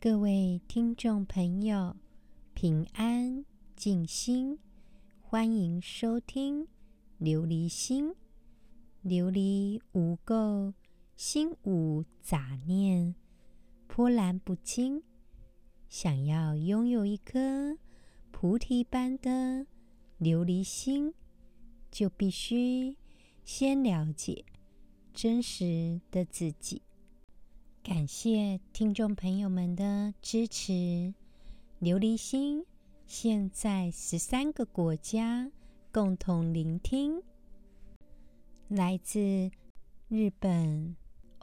各位听众朋友，平安静心，欢迎收听琉璃心。琉璃无垢，心无杂念，波澜不惊。想要拥有一颗菩提般的琉璃心，就必须先了解真实的自己。感谢听众朋友们的支持。琉璃心现在13个国家共同聆听。来自日本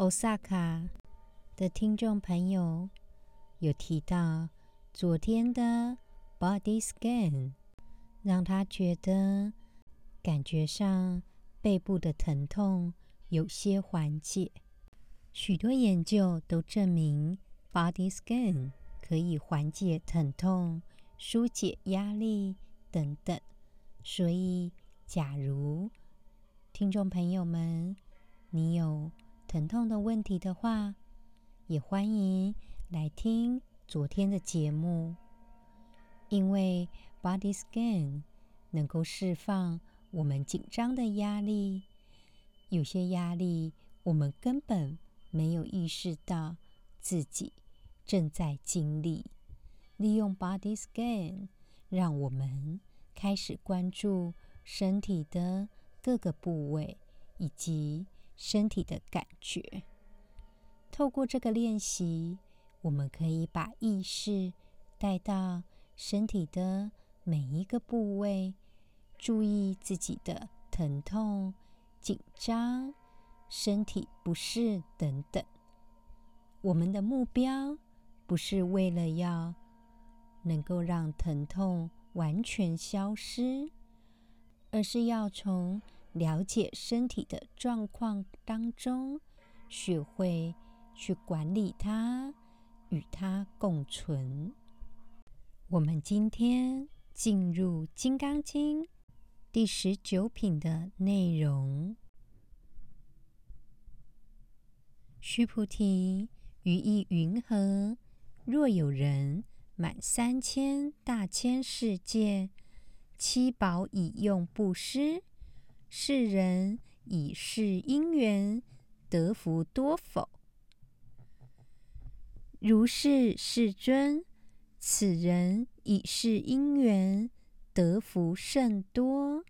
Osaka 的听众朋友有提到，昨天的 Body Scan 让他觉得感觉上背部的疼痛有些缓解。许多研究都证明 Body Scan 可以缓解疼痛、疏解压力等等。所以假如听众朋友们你有疼痛的问题的话，也欢迎来听昨天的节目，因为 Body Scan 能够释放我们紧张的压力，有些压力我们根本没有意识到自己正在经历。利用 Body Scan 让我们开始关注身体的各个部位以及身体的感觉。透过这个练习，我们可以把意识带到身体的每一个部位，注意自己的疼痛、紧张、身体不适等等。我们的目标不是为了要能够让疼痛完全消失，而是要从了解身体的状况当中，学会去管理它，与它共存。我们今天进入《金刚经》第19品的内容。须菩提，于意云何？若有人满3000大千世界，七宝以用布施，是人以是因缘得福多否？如是，世尊，此人以是因缘得福甚多。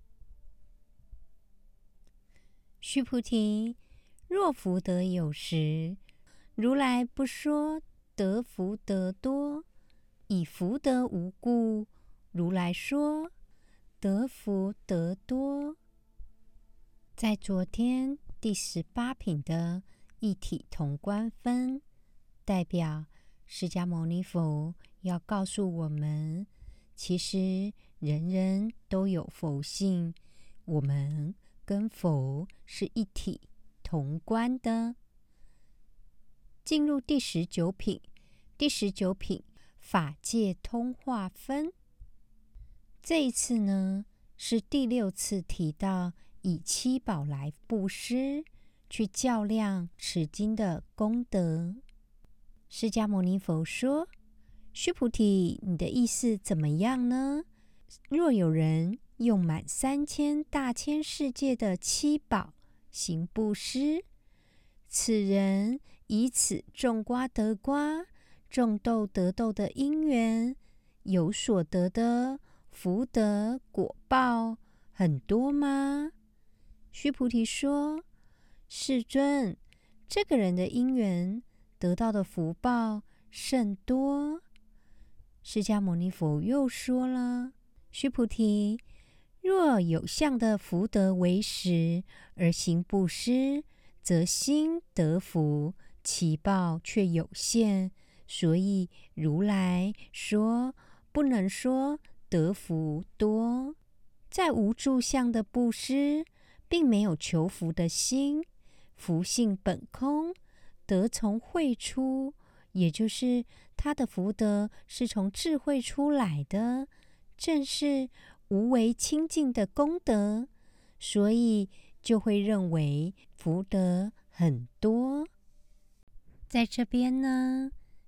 须菩提，若福德有时，如来不说得福德多；以福德无故，如来说得福德多。在昨天第18品的一体同观分，代表释迦牟尼佛要告诉我们，其实人人都有佛性，我们跟佛是一体同观的。进入第19品，第19品法界通化分。这一次呢，是第6次提到以七宝来布施，去较量持经的功德。释迦牟尼佛说：须菩提，你的意思怎么样呢？若有人用满3000大千世界的七宝行布施，此人以此种瓜得瓜，种豆得豆的因缘，有所得的福德果报很多吗？须菩提说：世尊，这个人的因缘得到的福报甚多。释迦牟尼佛又说了：须菩提，若有相的福德为实，而行布施，则心得福，其报却有限，所以如来说不能说得福多。在无住相的布施，并没有求福的心，福性本空，得从慧出，也就是他的福德是从智慧出来的，正是无为清净的功德，所以就会认为福德很多。在这边呢，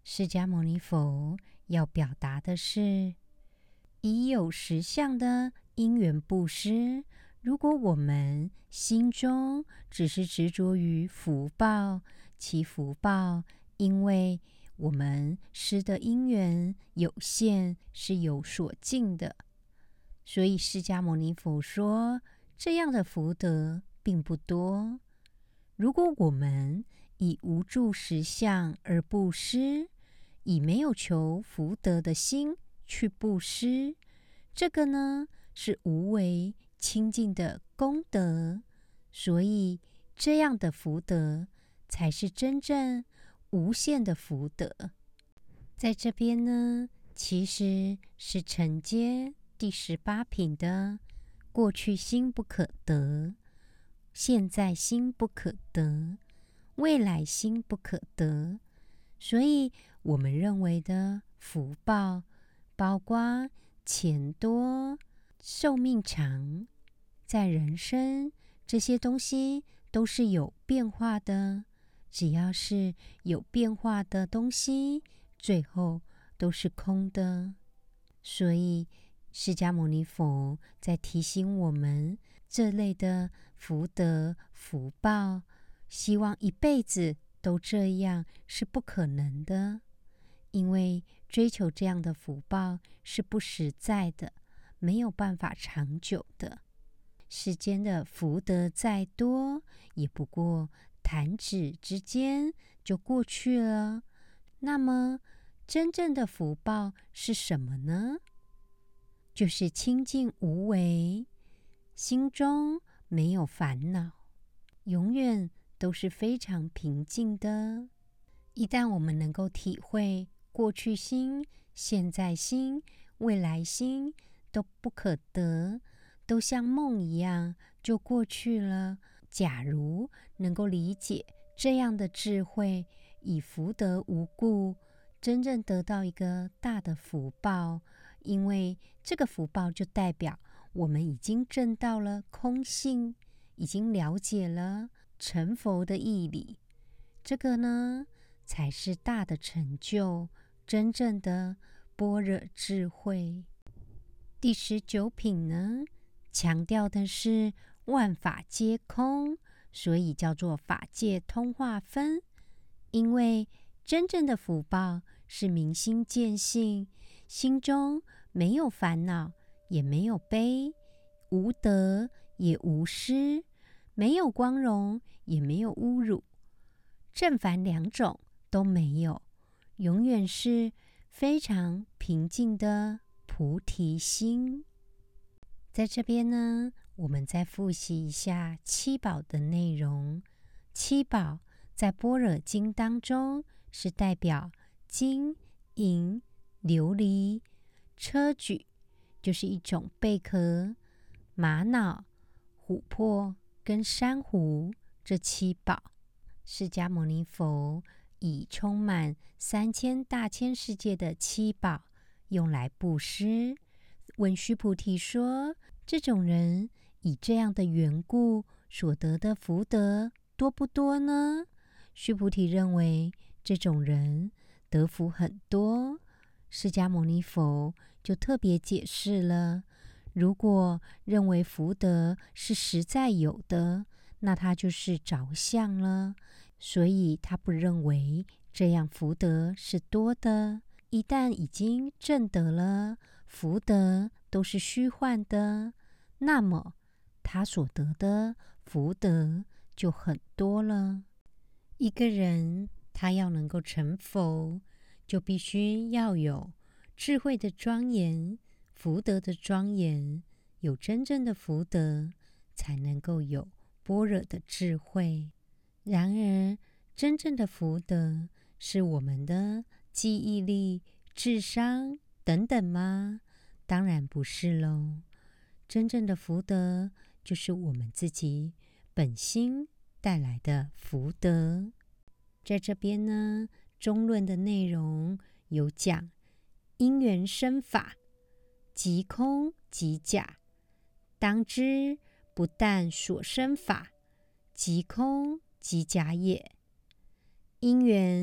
释迦牟尼佛要表达的是，已有实相的因缘布施，如果我们心中只是执着于福报，其福报因为我们施的因缘有限，是有所尽的，所以释迦牟尼佛说，这样的福德并不多。如果我们以无住实相而布施，以没有求福德的心去布施，这个呢是无为清净的功德，所以这样的福德才是真正无限的福德。在这边呢，其实是承接第18品的过去心不可得，现在心不可得，未来心不可得。所以我们认为的福报，包括钱多、寿命长，在人生这些东西都是有变化的，只要是有变化的东西，最后都是空的。所以释迦牟尼佛在提醒我们，这类的福德福报，希望一辈子都这样是不可能的，因为追求这样的福报是不实在的，没有办法长久的。世间的福德再多，也不过弹指之间就过去了。那么真正的福报是什么呢？就是清净无为，心中没有烦恼，永远都是非常平静的。一旦我们能够体会过去心、现在心、未来心都不可得，都像梦一样就过去了。假如能够理解这样的智慧，以福德无故，真正得到一个大的福报，因为这个福报就代表我们已经证到了空性，已经了解了成佛的义理。这个呢，才是大的成就，真正的般若智慧。第19品呢，强调的是万法皆空，所以叫做法界通化分。因为真正的福报是明心见性，心中没有烦恼，也没有悲，无得也无失，没有光荣，也没有侮辱，正反两种都没有，永远是非常平静的菩提心。在这边呢，我们再复习一下七宝的内容。七宝在般若经当中是代表金、银、琉璃；砗磲就是一种贝壳；玛瑙、琥珀跟珊瑚，这七宝，释迦牟尼佛以充满3000大千世界的七宝用来布施。问须菩提说，这种人以这样的缘故所得的福德多不多呢？须菩提认为这种人得福很多。释迦牟尼佛就特别解释了，如果认为福德是实在有的，那他就是着相了，所以他不认为这样福德是多的。一旦已经证得了福德都是虚幻的，那么他所得的福德就很多了。一个人他要能够成佛，就必须要有智慧的庄严，福德的庄严，有真正的福德，才能够有般若的智慧。然而真正的福德是我们的记忆力、智商等等吗？当然不是咯。真正的福德就是我们自己本心带来的福德。在这边呢，中论的内容有讲因缘生法，即空即假，当知不但所生法，即空即假也。因缘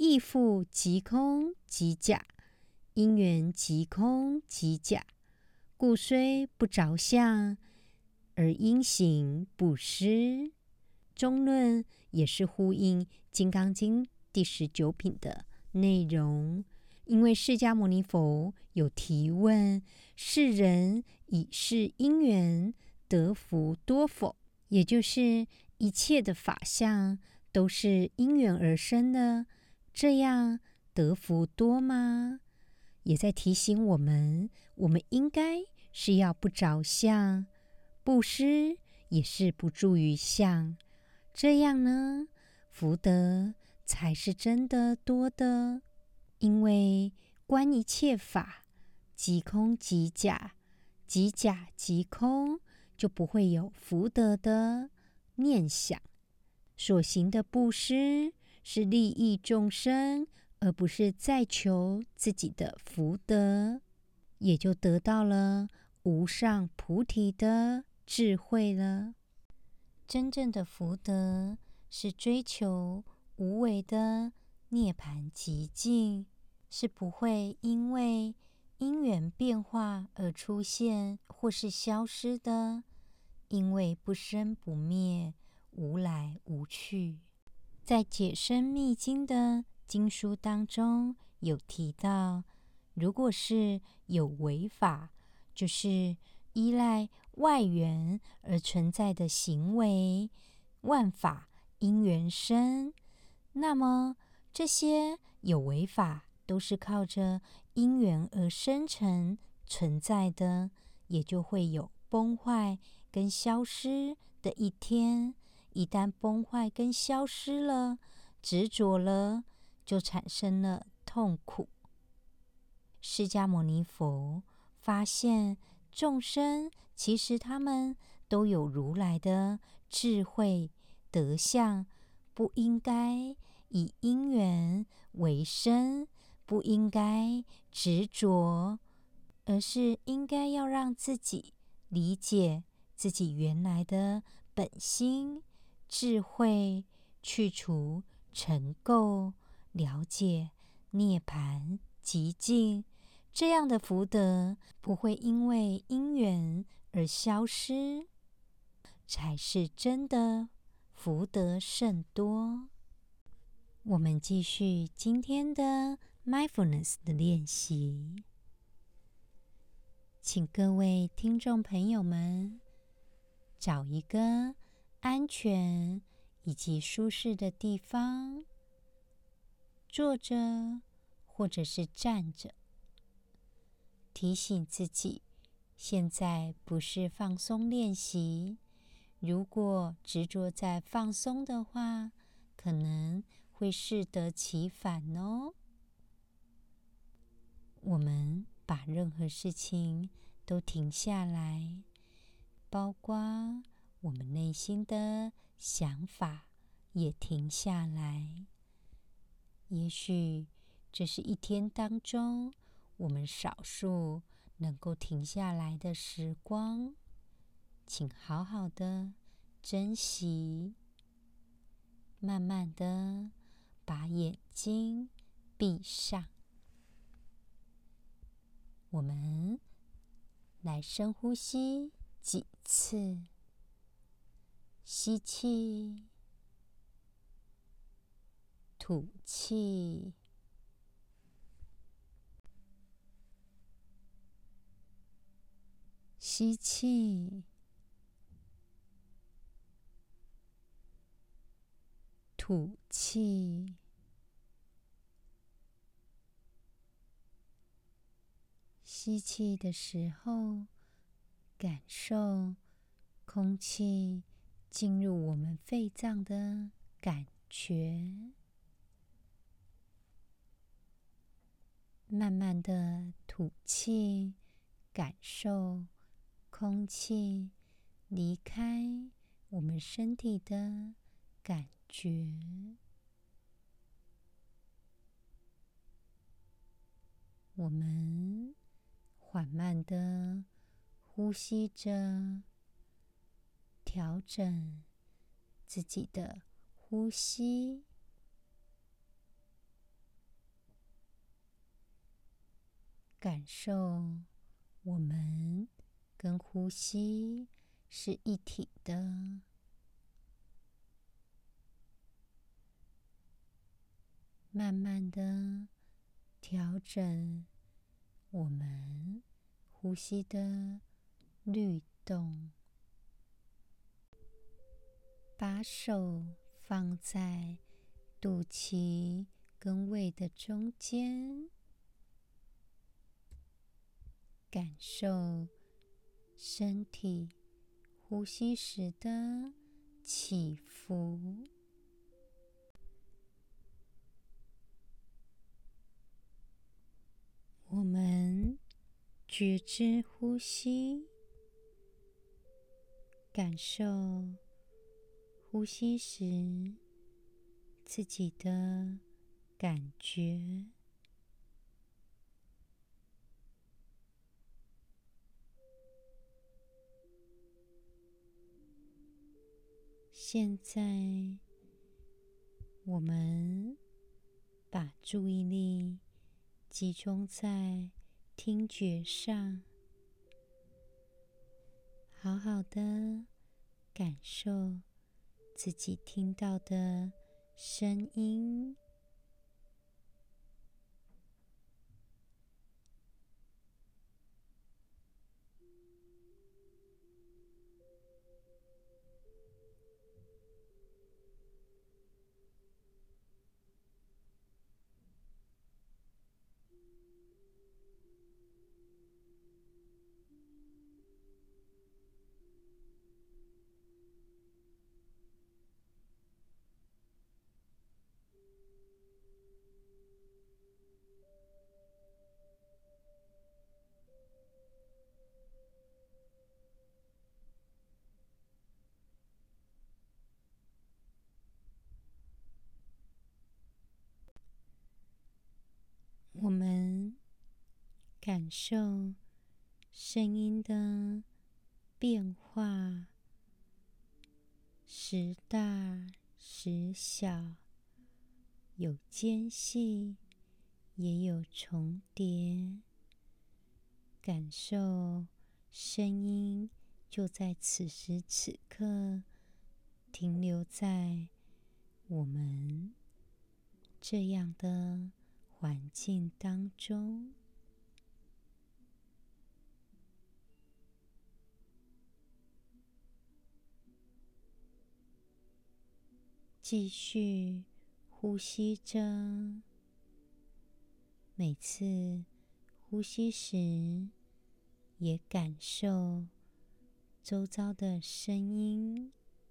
亦复即空即假，因缘即空即假，故虽不着相，而因行不失。中论也是呼应《金刚经》第19品的内容，因为释迦牟尼佛有提问世人以是因缘得福多否，也就是一切的法相都是因缘而生的，这样得福多吗？也在提醒我们应该是要不着相，布施也是不住于相，这样呢，福德才是真的多的。因为观一切法，即空即假，即假即空，就不会有福德的念想。所行的布施是利益众生，而不是在求自己的福德，也就得到了无上菩提的智慧了。真正的福德是追求无为的涅槃寂静，是不会因为因缘变化而出现或是消失的，因为不生不灭，无来无去。在解深密经的经书当中有提到，如果是有为法，就是依赖外缘而存在的行为，万法因缘生，那么这些有为法都是靠着因缘而生成存在的，也就会有崩坏跟消失的一天。一旦崩坏跟消失了，执着了，就产生了痛苦。释迦牟尼佛发现众生其实他们都有如来的智慧德相，不应该以因缘为生，不应该执着，而是应该要让自己理解自己原来的本心智慧，去除尘垢，了解涅槃寂静，这样的福德不会因为因缘而消失，才是真的福德甚多。我们继续今天的 mindfulness 的练习，请各位听众朋友们找一个安全以及舒适的地方，坐着或者是站着，提醒自己现在不是放松练习，如果执着在放松的话，可能会适得其反哦。我们把任何事情都停下来，包括我们内心的想法也停下来。也许这是一天当中我们少数能够停下来的时光，请好好的珍惜。慢慢的把眼睛闭上，我们来深呼吸几次，吸气，吐气，吸气，吐气，吸气的时候，感受空气进入我们肺脏的感觉。慢慢的吐气，感受空气离开我们身体的感觉。我们缓慢的呼吸着，调整自己的呼吸。 感受我们跟呼吸是一体的。慢慢的调整我们呼吸的律动，把手放在肚脐跟胃的中间，感受身体呼吸时的起伏。我们觉知呼吸，感受呼吸时自己的感觉。现在，我们把注意力集中在听觉上，好好的感受自己听到的声音。我们感受声音的变化，时大时小，有间隙，也有重叠。感受声音就在此时此刻停留在我们这样的环境当中。继续呼吸着，每次呼吸时也感受周遭的声音，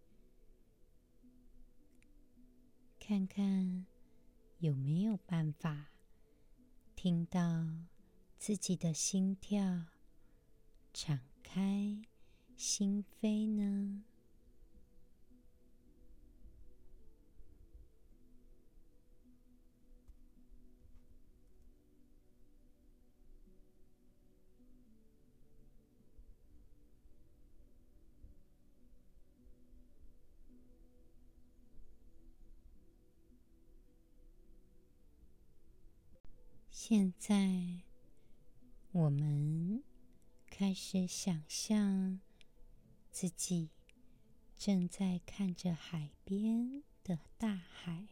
看看有没有办法听到自己的心跳，敞开心扉呢？现在，我们开始想象自己正在看着海边的大海。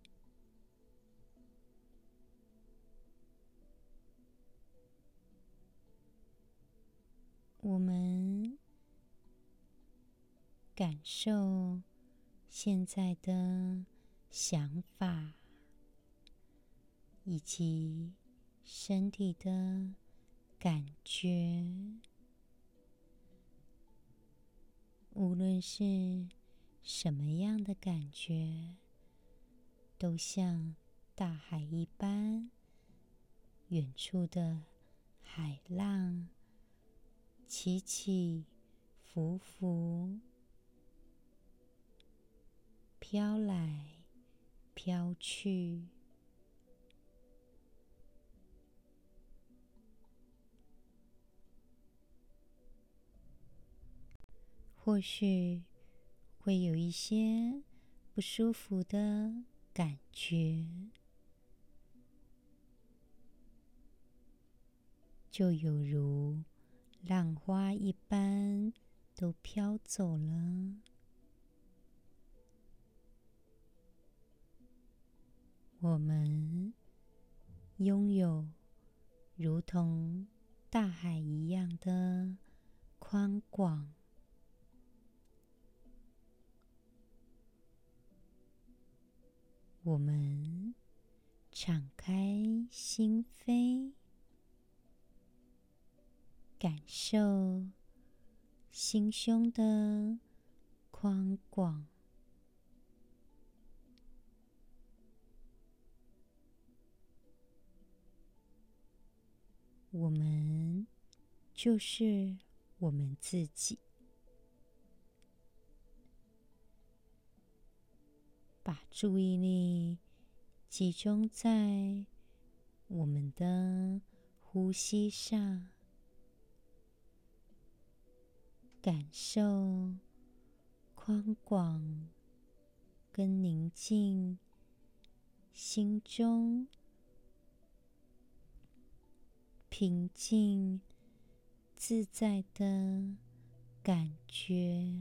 我们感受现在的想法，以及身体的感觉，无论是什么样的感觉，都像大海一般，远处的海浪起起伏伏，飘来飘去。或许会有一些不舒服的感觉， 就有如浪花一般都飘走了。我们拥有如同大海一样的宽广。我们敞开心扉，感受心胸的宽广。我们就是我们自己，把注意力集中在我们的呼吸上，感受宽广跟宁静，心中平静自在的感觉。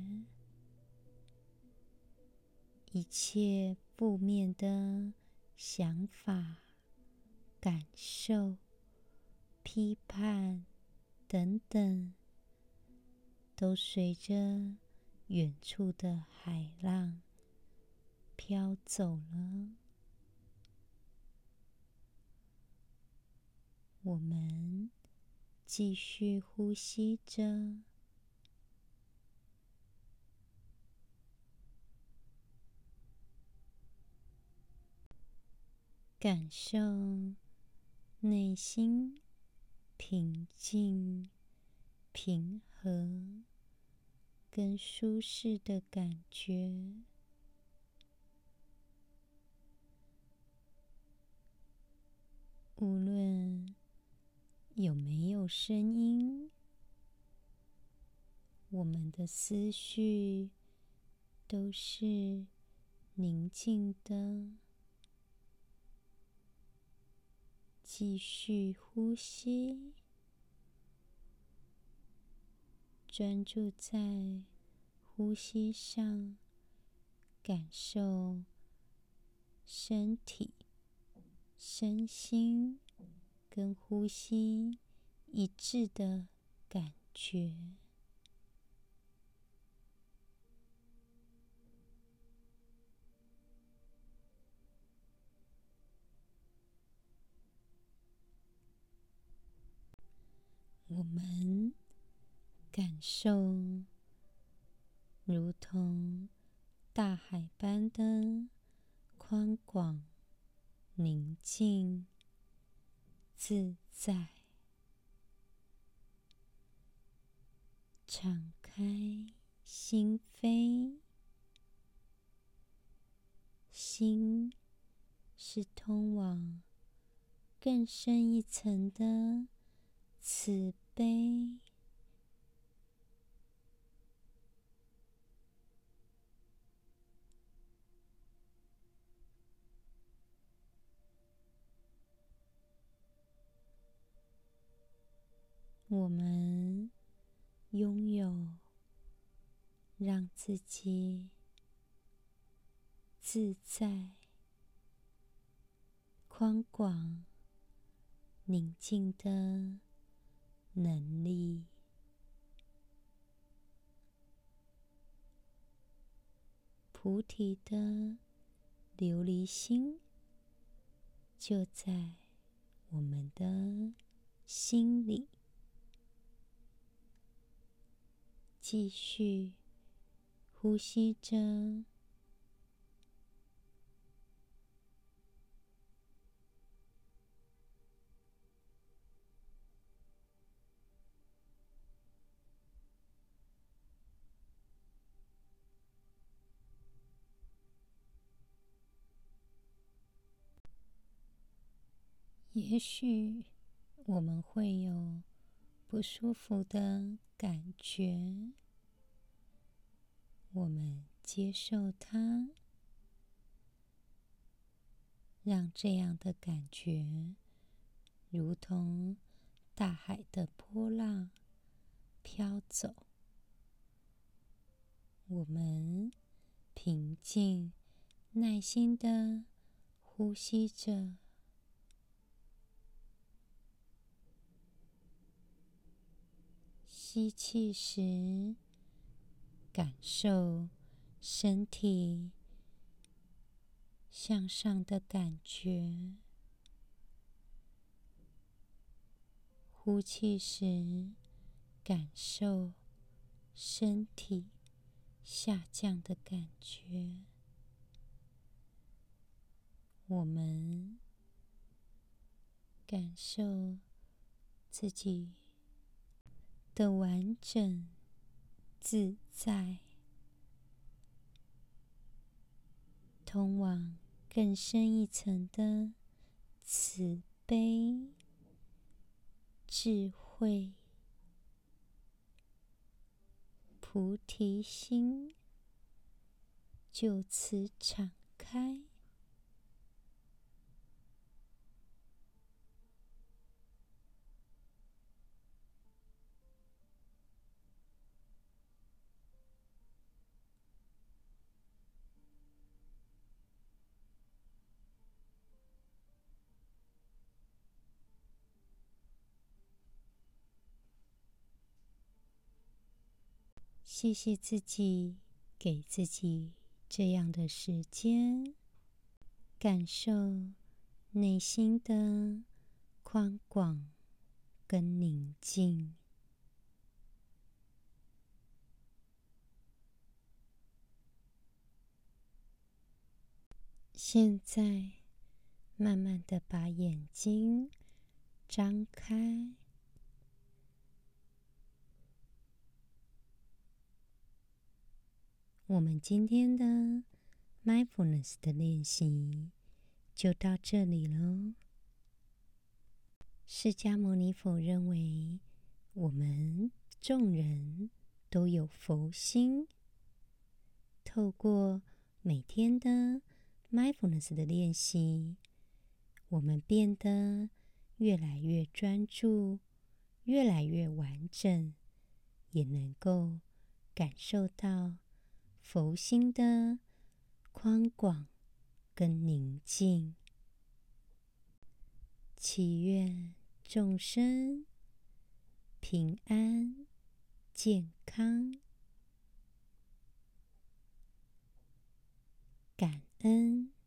一切负面的想法、感受、批判等等，都随着远处的海浪飘走了。我们继续呼吸着，感受内心平静、平和跟舒适的感觉。无论有没有声音，我们的思绪都是宁静的。继续呼吸，专注在呼吸上，感受身体、身心跟呼吸一致的感觉。我们感受如同大海般的宽广、宁静、自在，敞开心扉。心是通往更深一层的慈悲。我们拥有让自己自在、宽广、宁静的能力。菩提的琉璃心就在我们的心里。继续呼吸着，也许我们会有不舒服的感觉，我们接受它，让这样的感觉如同大海的波浪飘走。我们平静、耐心地呼吸着，吸气时，感受身体向上的感觉；呼气时，感受身体下降的感觉。我们感受自己的完整、自在，通往更深一层的慈悲、智慧、菩提心就此敞开。谢谢自己，给自己这样的时间，感受内心的宽广跟宁静。现在，慢慢的把眼睛张开。我们今天的 Mindfulness 的练习就到这里咯。释迦牟尼佛认为，我们众人都有佛心。透过每天的 Mindfulness 的练习，我们变得越来越专注，越来越完整，也能够感受到佛心的宽广跟宁静。祈愿众生平安健康，感恩。